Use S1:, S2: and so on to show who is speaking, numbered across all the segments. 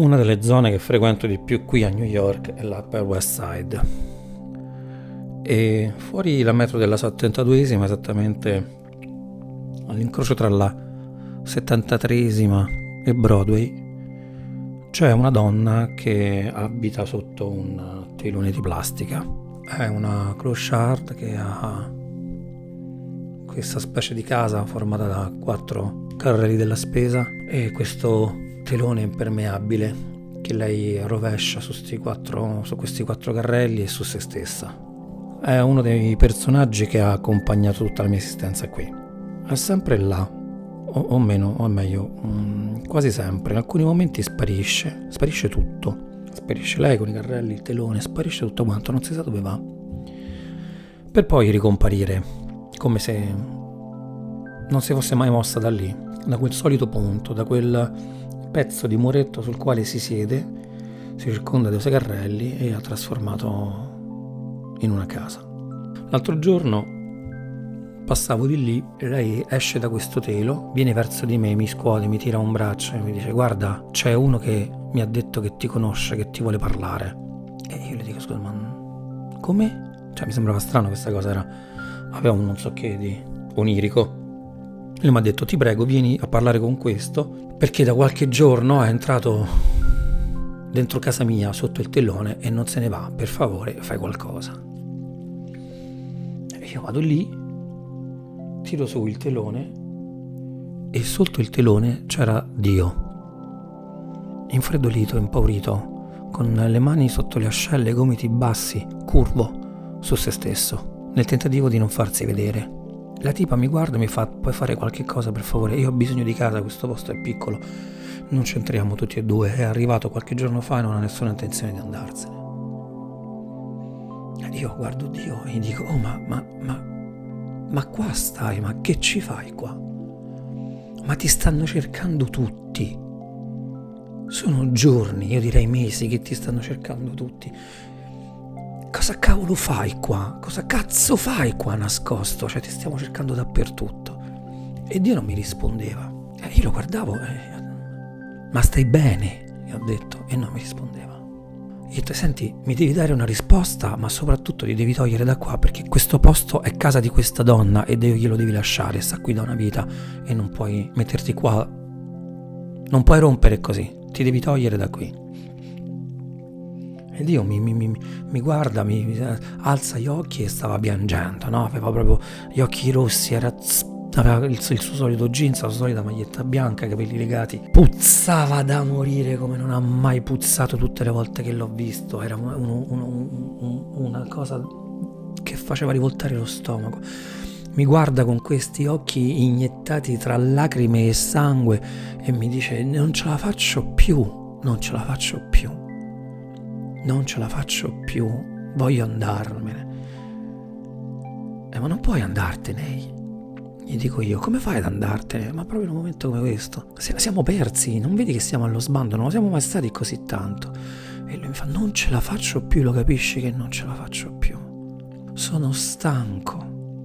S1: Una delle zone che frequento di più qui a New York è l'Upper West Side. E fuori la metro della 72esima, esattamente all'incrocio tra la 73esima e Broadway, c'è una donna che abita sotto un telone di plastica. È una clochard che ha questa specie di casa formata da 4 carrelli della spesa e questo telone impermeabile che lei rovescia su questi 4 carrelli e su se stessa. È uno dei personaggi che ha accompagnato tutta la mia esistenza qui. È sempre là, o meno, o meglio, quasi sempre. In alcuni momenti sparisce tutto. Sparisce lei con i carrelli, il telone, sparisce tutto quanto, non si sa dove va. Per poi ricomparire, come se non si fosse mai mossa da lì, da quel solito punto, da quel pezzo di muretto sul quale si siede, si circonda dei suoi carrelli e ha trasformato in una casa. L'altro giorno passavo di lì e lei esce da questo telo, viene verso di me, mi scuote, mi tira un braccio e mi dice: guarda, c'è uno che mi ha detto che ti conosce, che ti vuole parlare. E io le dico: scusa, ma come? Cioè mi sembrava strano questa cosa, aveva un non so che di onirico. Lui mi ha detto: ti prego, vieni a parlare con questo, perché da qualche giorno è entrato dentro casa mia sotto il telone e non se ne va, per favore fai qualcosa. E io vado lì, tiro su il telone e sotto il telone c'era Dio, infreddolito, impaurito, con le mani sotto le ascelle, gomiti bassi, curvo su se stesso, nel tentativo di non farsi vedere. La tipa mi guarda e mi fa: puoi fare qualche cosa per favore? Io ho bisogno di casa, questo posto è piccolo, non c'entriamo tutti e due, è arrivato qualche giorno fa e non ha nessuna intenzione di andarsene. E io guardo Dio e gli dico: oh ma qua stai, ma che ci fai qua? Ma ti stanno cercando tutti, sono giorni, io direi mesi che ti stanno cercando tutti. Cosa cavolo fai qua? Cosa cazzo fai qua nascosto? Cioè ti stiamo cercando dappertutto. E Dio non mi rispondeva. Io lo guardavo ma stai bene? Gli ho detto. E non mi rispondeva. Gli ho detto: senti, mi devi dare una risposta, ma soprattutto li devi togliere da qua, perché questo posto è casa di questa donna e glielo devi lasciare. Sta qui da una vita e non puoi metterti qua. Non puoi rompere così. Ti devi togliere da qui. E Dio mi guarda, mi alza gli occhi e stava piangendo, no? Aveva proprio gli occhi rossi, aveva il suo solito jeans, la sua solita maglietta bianca, capelli legati. Puzzava da morire come non ha mai puzzato tutte le volte che l'ho visto. Era una cosa che faceva rivoltare lo stomaco. Mi guarda con questi occhi iniettati tra lacrime e sangue e mi dice: non ce la faccio più, voglio andarmene. Ma non puoi andartene. Gli dico io: come fai ad andartene? Ma proprio in un momento come questo siamo persi, non vedi che siamo allo sbando, non siamo mai stati così tanto. E lui mi fa: non ce la faccio più, lo capisci che non ce la faccio più, sono stanco.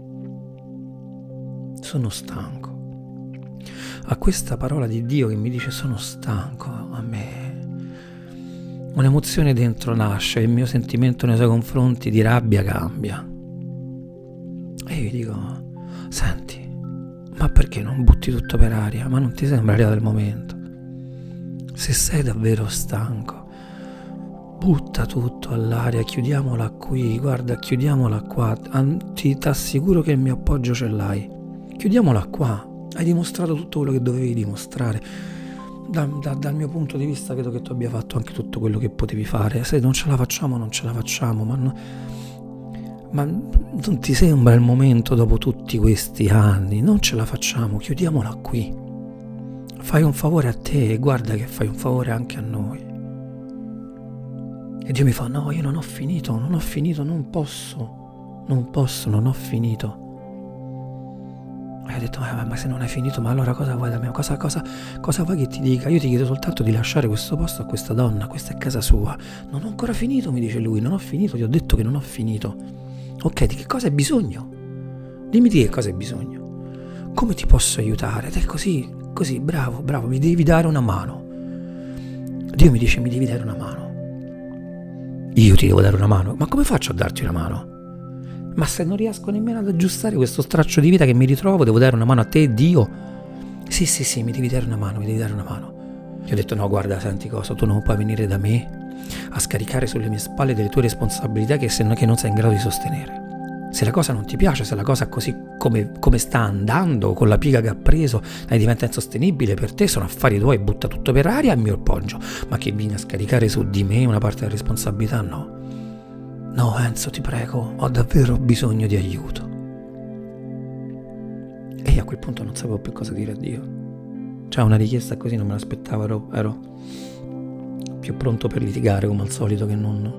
S1: A questa parola di Dio che mi dice sono stanco, a me un'emozione dentro nasce, il mio sentimento nei suoi confronti di rabbia cambia. E io gli dico: senti, ma perché non butti tutto per aria? Ma non ti sembra arrivato il momento? Se sei davvero stanco, butta tutto all'aria, chiudiamola qui, guarda, chiudiamola qua, ti assicuro che il mio appoggio ce l'hai. Chiudiamola qua, hai dimostrato tutto quello che dovevi dimostrare. Dal mio punto di vista credo che tu abbia fatto anche tutto quello che potevi fare. Se non ce la facciamo, ma non ti sembra il momento, dopo tutti questi anni? Non ce la facciamo, chiudiamola qui. Fai un favore a te e guarda che fai un favore anche a noi. E Dio mi fa: no, io non ho finito, non ho finito. E ho detto: ma se non hai finito, ma allora cosa vuoi da me? Cosa vuoi che ti dica? Io ti chiedo soltanto di lasciare questo posto a questa donna, questa è casa sua. Non ho ancora finito, mi dice lui, non ho finito, ti ho detto che non ho finito. Ok, di che cosa hai bisogno? Dimmi di che cosa hai bisogno. Come ti posso aiutare? Ed è così, bravo, mi devi dare una mano. Dio mi dice: mi devi dare una mano. Io ti devo dare una mano? Ma come faccio a darti una mano? Ma se non riesco nemmeno ad aggiustare questo straccio di vita che mi ritrovo, devo dare una mano a te, Dio? Sì, mi devi dare una mano, mi devi dare una mano. Io ho detto: no, guarda, senti cosa, tu non puoi venire da me a scaricare sulle mie spalle delle tue responsabilità che non sei in grado di sostenere. Se la cosa non ti piace, se la cosa così come sta andando, con la piega che ha preso, diventa insostenibile per te, sono affari tuoi, butta tutto per aria e mi appoggio. Ma che vieni a scaricare su di me una parte della responsabilità? No. No, Enzo, ti prego, ho davvero bisogno di aiuto. E io a quel punto non sapevo più cosa dire a Dio. Cioè, una richiesta così non me l'aspettavo, ero più pronto per litigare come al solito che non.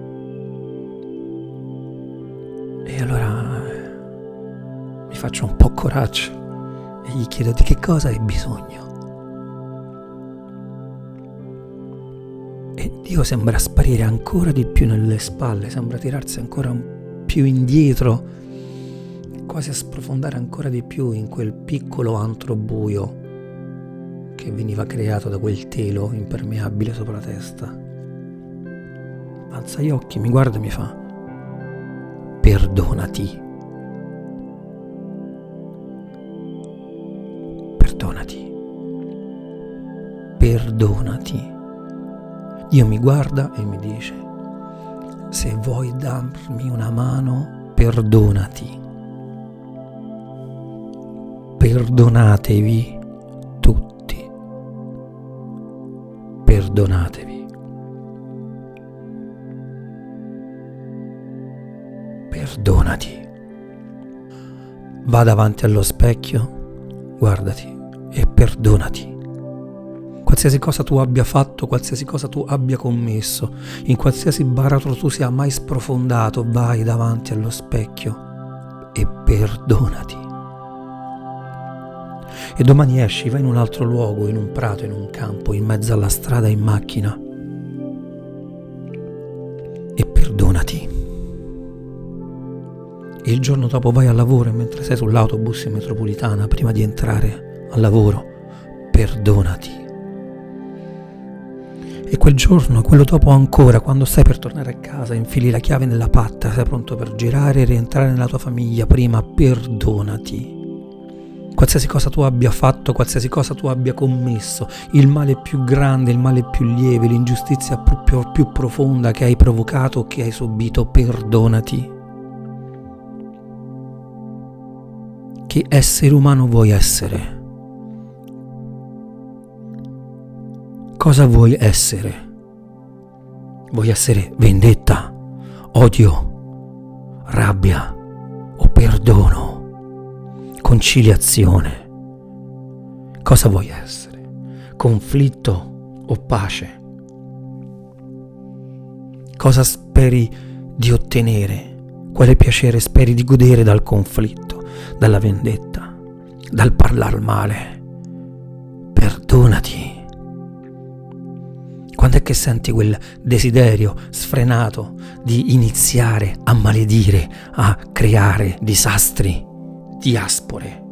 S1: E allora mi faccio un po' coraggio e gli chiedo: di che cosa hai bisogno? E Dio sembra sparire ancora di più nelle spalle, sembra tirarsi ancora più indietro, quasi a sprofondare ancora di più in quel piccolo antro buio che veniva creato da quel telo impermeabile sopra la testa. Alza gli occhi, mi guarda e mi fa: perdonati. Perdonati. Perdonati. Dio mi guarda e mi dice: se vuoi darmi una mano, perdonati. Perdonatevi tutti. Perdonatevi. Perdonati. Va davanti allo specchio, guardati e perdonati. Qualsiasi cosa tu abbia fatto, qualsiasi cosa tu abbia commesso, in qualsiasi baratro tu sia mai sprofondato, vai davanti allo specchio e perdonati. E domani esci, vai in un altro luogo, in un prato, in un campo, in mezzo alla strada, in macchina, e perdonati. E il giorno dopo vai al lavoro e mentre sei sull'autobus in metropolitana, prima di entrare al lavoro, perdonati. E quel giorno, quello dopo ancora, quando stai per tornare a casa, infili la chiave nella patta, sei pronto per girare e rientrare nella tua famiglia, prima perdonati. Qualsiasi cosa tu abbia fatto, qualsiasi cosa tu abbia commesso, il male più grande, il male più lieve, l'ingiustizia più profonda che hai provocato o che hai subito, perdonati. Che essere umano vuoi essere? Cosa vuoi essere? Vuoi essere vendetta, odio, rabbia o perdono, conciliazione? Cosa vuoi essere? Conflitto o pace? Cosa speri di ottenere? Quale piacere speri di godere dal conflitto, dalla vendetta, dal parlare male? Perdonati. Quando è che senti quel desiderio sfrenato di iniziare a maledire, a creare disastri, diaspore?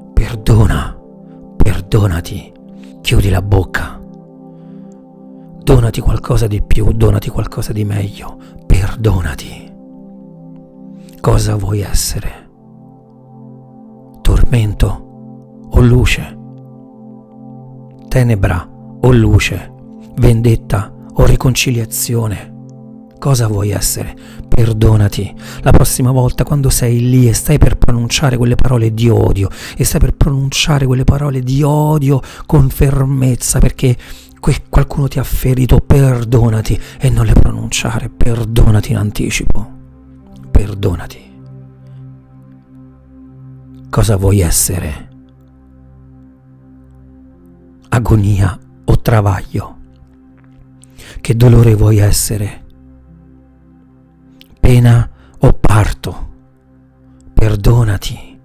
S1: Perdonati, chiudi la bocca, donati qualcosa di più, donati qualcosa di meglio, perdonati. Cosa vuoi essere? Tormento o luce? Tenebra o luce? Vendetta o riconciliazione? Cosa vuoi essere? Perdonati. La prossima volta, quando sei lì e stai per pronunciare quelle parole di odio, e stai per pronunciare quelle parole di odio con fermezza perché qualcuno ti ha ferito, perdonati e non le pronunciare. Perdonati in anticipo. Perdonati. Cosa vuoi essere? Agonia o travaglio? Che dolore vuoi essere? Pena o parto? Perdonati.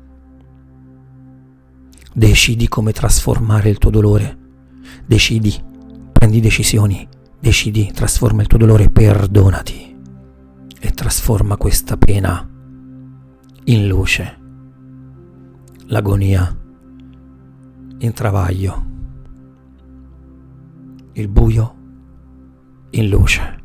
S1: Decidi come trasformare il tuo dolore. Decidi, prendi decisioni, decidi, trasforma il tuo dolore, perdonati. E trasforma questa pena in luce, l'agonia in travaglio, il buio in luce.